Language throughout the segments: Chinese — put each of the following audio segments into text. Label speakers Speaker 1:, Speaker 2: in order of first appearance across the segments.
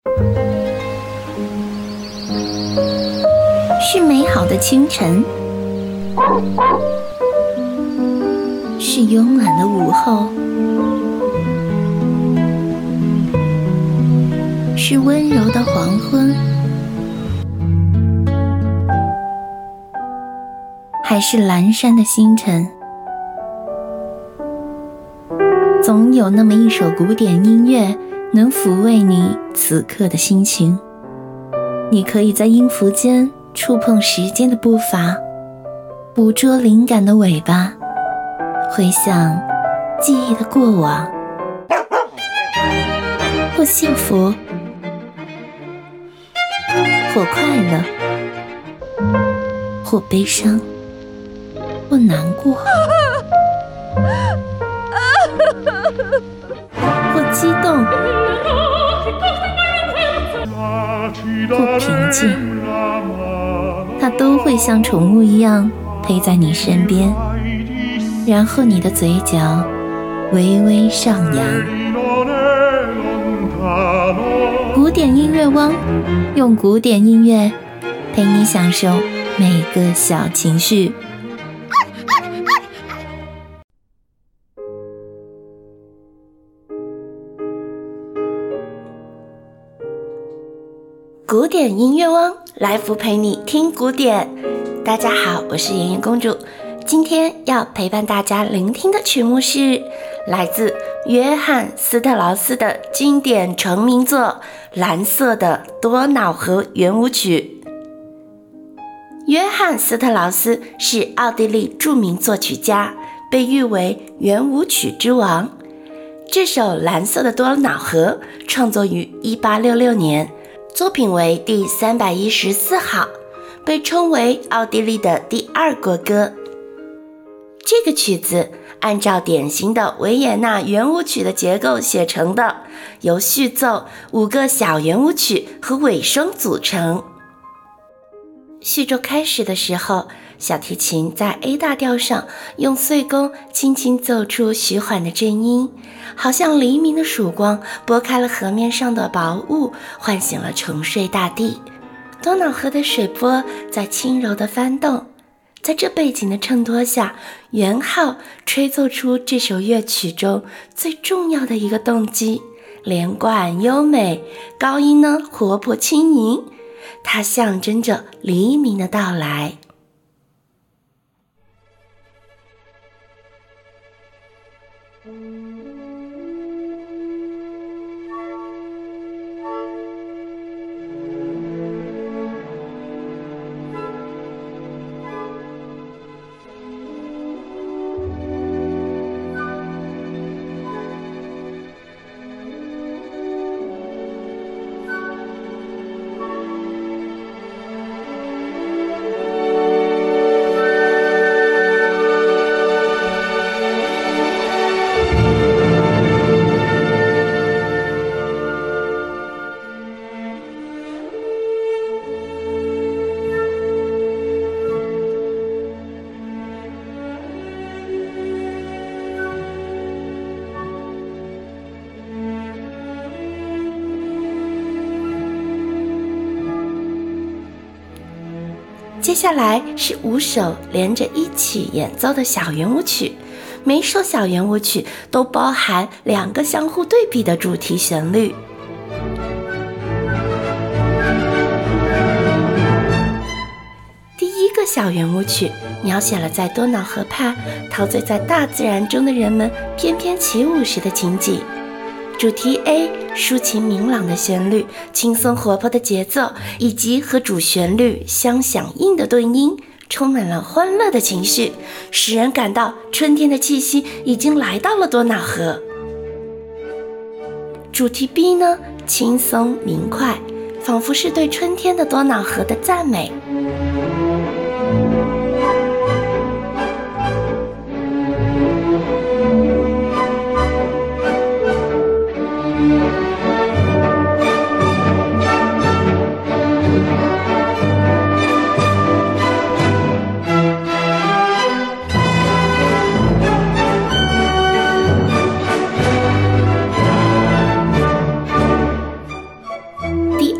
Speaker 1: 是美好的清晨，是慵懒的午后，是温柔的黄昏，还是阑珊的星辰。总有那么一首古典音乐能抚慰你此刻的心情。你可以在音符间触碰时间的步伐，捕捉灵感的尾巴，回想记忆的过往，或幸福，或快乐，或悲伤，或难过，或激动，或平静，它都会像宠物一样陪在你身边，然后你的嘴角微微上扬。古典音乐汪，用古典音乐陪你享受每个小情绪。古典音乐汪，来福陪你听古典。大家好，我是妍妍公主，今天要陪伴大家聆听的曲目是来自约翰斯特劳斯的经典成名作《蓝色的多瑙河圆舞曲》。约翰斯特劳斯是奥地利著名作曲家，被誉为圆舞曲之王。这首《蓝色的多瑙河》创作于1866年，作品为第314号，被称为奥地利的第二国歌。这个曲子按照典型的维也纳圆舞曲的结构写成的，由序奏、5个小圆舞曲和尾声组成。序奏开始的时候，小提琴在 A 大调上用碎弓轻轻奏出徐缓的震音，好像黎明的曙光拨开了河面上的薄雾，唤醒了沉睡大地。多瑙河的水波在轻柔地翻动，在这背景的衬托下，圆号吹奏出这首乐曲中最重要的一个动机，连贯优美，高音呢活泼轻盈，它象征着黎明的到来。接下来是5首连着一起演奏的小圆舞曲，每首小圆舞曲都包含2个相互对比的主题旋律。第1个小圆舞曲描写了在多瑙河畔陶醉在大自然中的人们翩翩起舞时的情景。主题 A 抒情明朗的旋律，轻松活泼的节奏，以及和主旋律相响应的顿音，充满了欢乐的情绪，使人感到春天的气息已经来到了多瑙河。主题 B 呢，轻松明快，仿佛是对春天的多瑙河的赞美。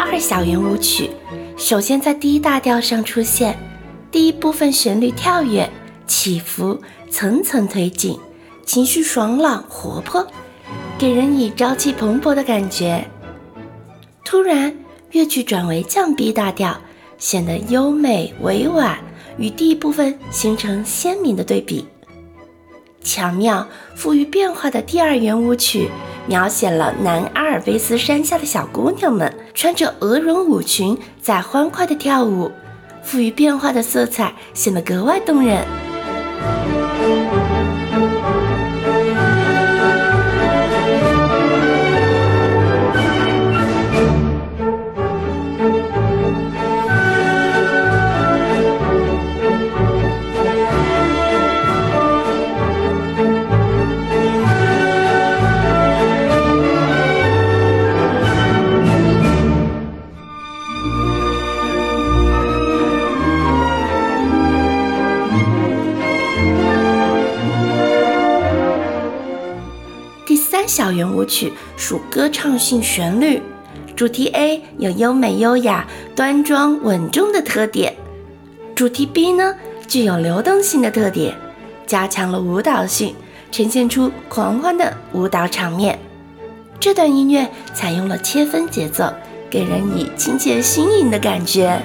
Speaker 1: 2小圆舞曲，首先在D大调上出现，第一部分旋律跳跃起伏，层层推进，情绪爽朗活泼，给人以朝气蓬勃的感觉。突然乐曲转为降 B 大调，显得优美委婉，与第一部分形成鲜明的对比。巧妙富于变化的第2圆舞曲描写了南阿尔卑斯山下的小姑娘们穿着鹅绒舞裙在欢快地跳舞，富于变化的色彩显得格外动人。3小圆舞曲属歌唱性旋律，主题 A 有优美优雅、端庄稳重的特点，主题 B 呢具有流动性的特点，加强了舞蹈性，呈现出狂欢的舞蹈场面。这段音乐采用了切分节奏，给人以亲切新颖的感觉。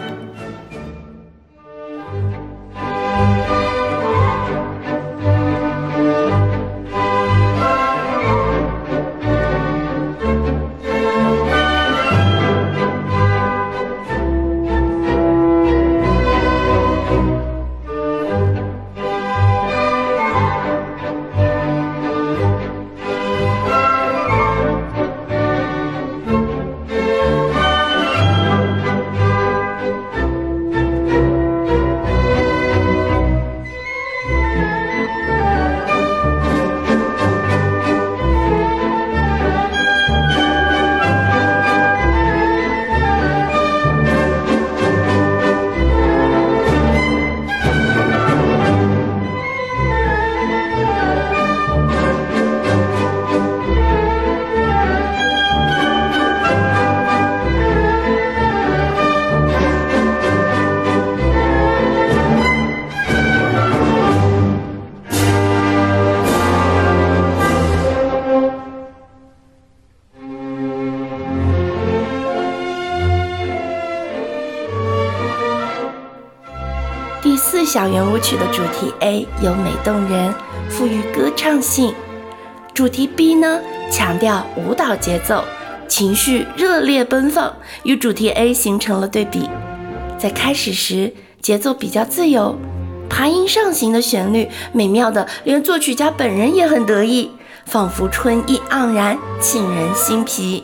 Speaker 1: 第4小圆舞曲的主题 A 优美动人，富于歌唱性，主题 B 呢强调舞蹈节奏，情绪热烈奔放，与主题 A 形成了对比。在开始时节奏比较自由，爬音上行的旋律美妙的连作曲家本人也很得意，仿佛春意盎然，沁人心脾。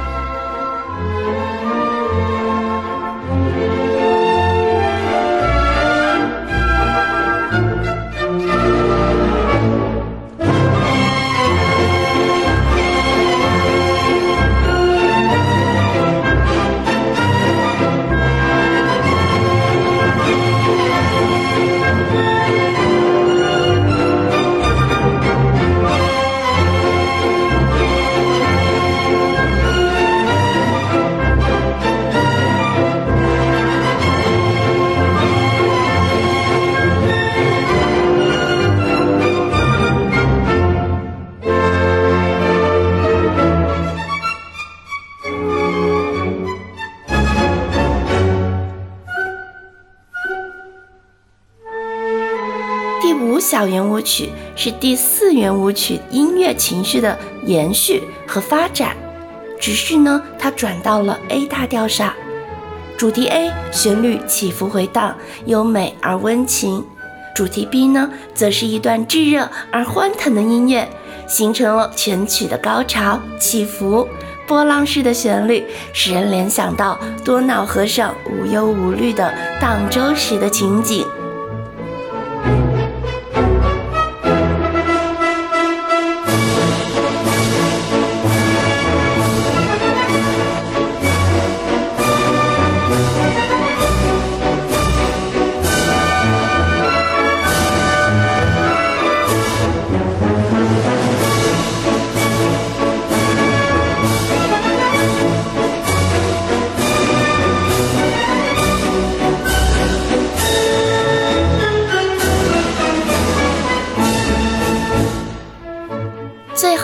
Speaker 1: 第5小圆舞曲是第4圆舞曲音乐情绪的延续和发展，只是呢它转到了 A 大调上。主题 A 旋律起伏回荡，优美而温情，主题 B 呢则是一段炙热而欢腾的音乐，形成了全曲的高潮起伏，波浪式的旋律使人联想到多瑙河上无忧无虑的荡舟时的情景。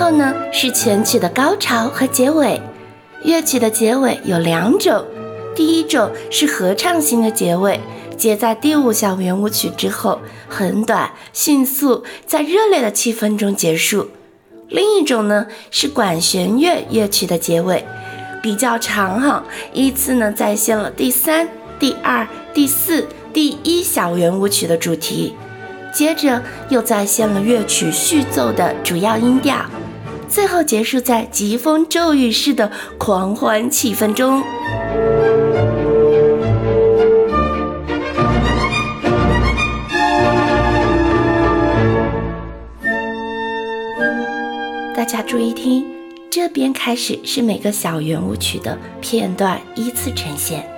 Speaker 1: 后呢是全曲的高潮和结尾。乐曲的结尾有2种，第一种是合唱型的结尾，接在第5小圆舞曲之后，很短迅速，在热烈的气氛中结束。另一种呢是管弦乐乐曲的结尾，比较长依次呢再现了第3、第2、第4、第1小圆舞曲的主题，接着又再现了乐曲序奏的主要音调，最后结束在疾风骤雨式的狂欢气氛中。大家注意听，这边开始是每个小圆舞曲的片段依次呈现。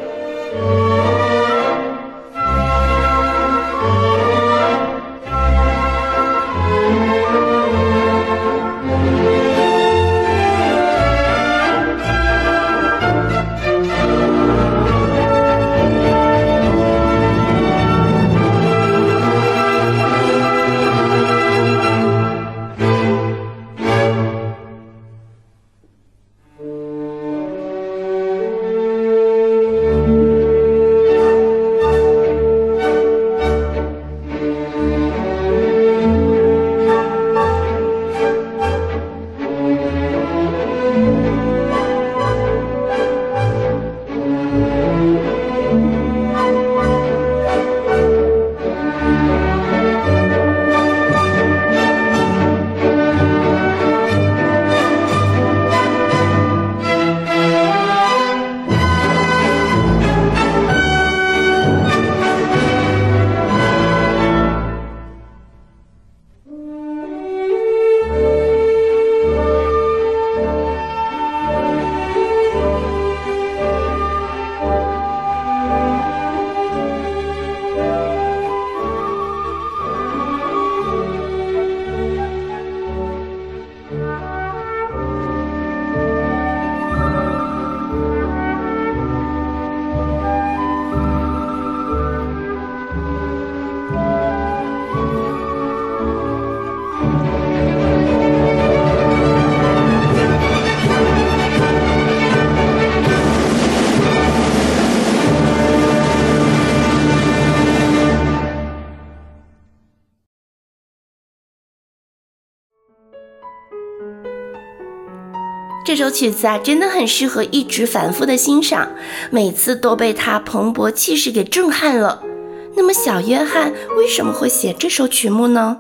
Speaker 1: 这首曲子真的很适合一直反复的欣赏，每次都被它蓬勃气势给震撼了。那么小约翰为什么会写这首曲目呢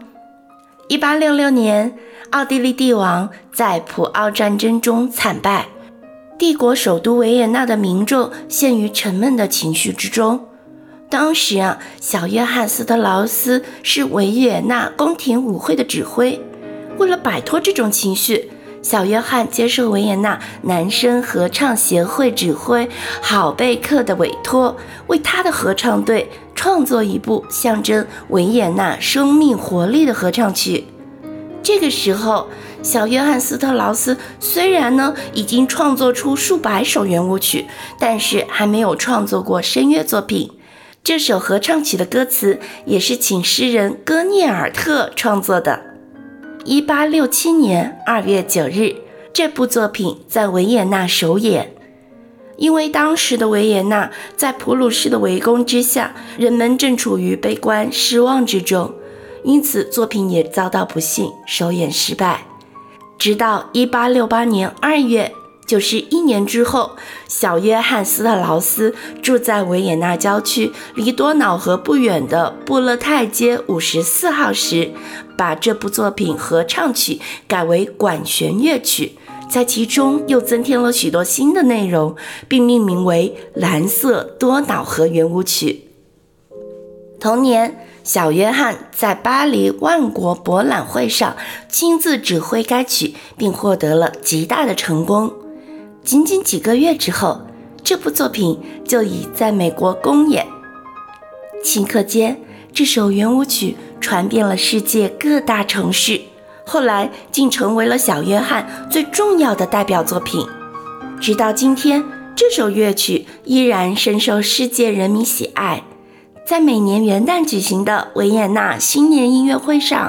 Speaker 1: ？1866年，奥地利帝王在普奥战争中惨败，帝国首都维也纳的民众陷于沉闷的情绪之中。当时小约翰斯特劳斯是维也纳宫廷舞会的指挥，为了摆脱这种情绪，小约翰接受维也纳男声合唱协会指挥郝贝克的委托，为他的合唱队创作一部象征维也纳生命活力的合唱曲。这个时候，小约翰斯特劳斯虽然已经创作出数百首圆舞曲，但是还没有创作过声乐作品。这首合唱曲的歌词也是请诗人戈涅尔特创作的。1867年2月9日，这部作品在维也纳首演。因为当时的维也纳在普鲁士的围攻之下，人们正处于悲观失望之中，因此作品也遭到不幸，首演失败。直到1868年2月，就是1年之后，小约翰斯特劳斯住在维也纳郊区离多瑙河不远的布勒泰街54号时，把这部作品合唱曲改为管弦乐曲，在其中又增添了许多新的内容，并命名为蓝色多瑙河圆舞曲。同年，小约翰在巴黎万国博览会上亲自指挥该曲，并获得了极大的成功。仅仅几个月之后，这部作品就已在美国公演。顷刻间，这首圆舞曲传遍了世界各大城市，后来竟成为了小约翰最重要的代表作品。直到今天，这首乐曲依然深受世界人民喜爱。在每年元旦举行的维也纳新年音乐会上，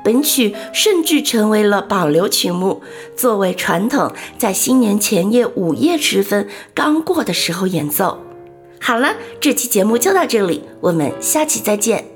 Speaker 1: 本曲甚至成为了保留曲目，作为传统，在新年前夜午夜时分刚过的时候演奏。好了，这期节目就到这里，我们下期再见。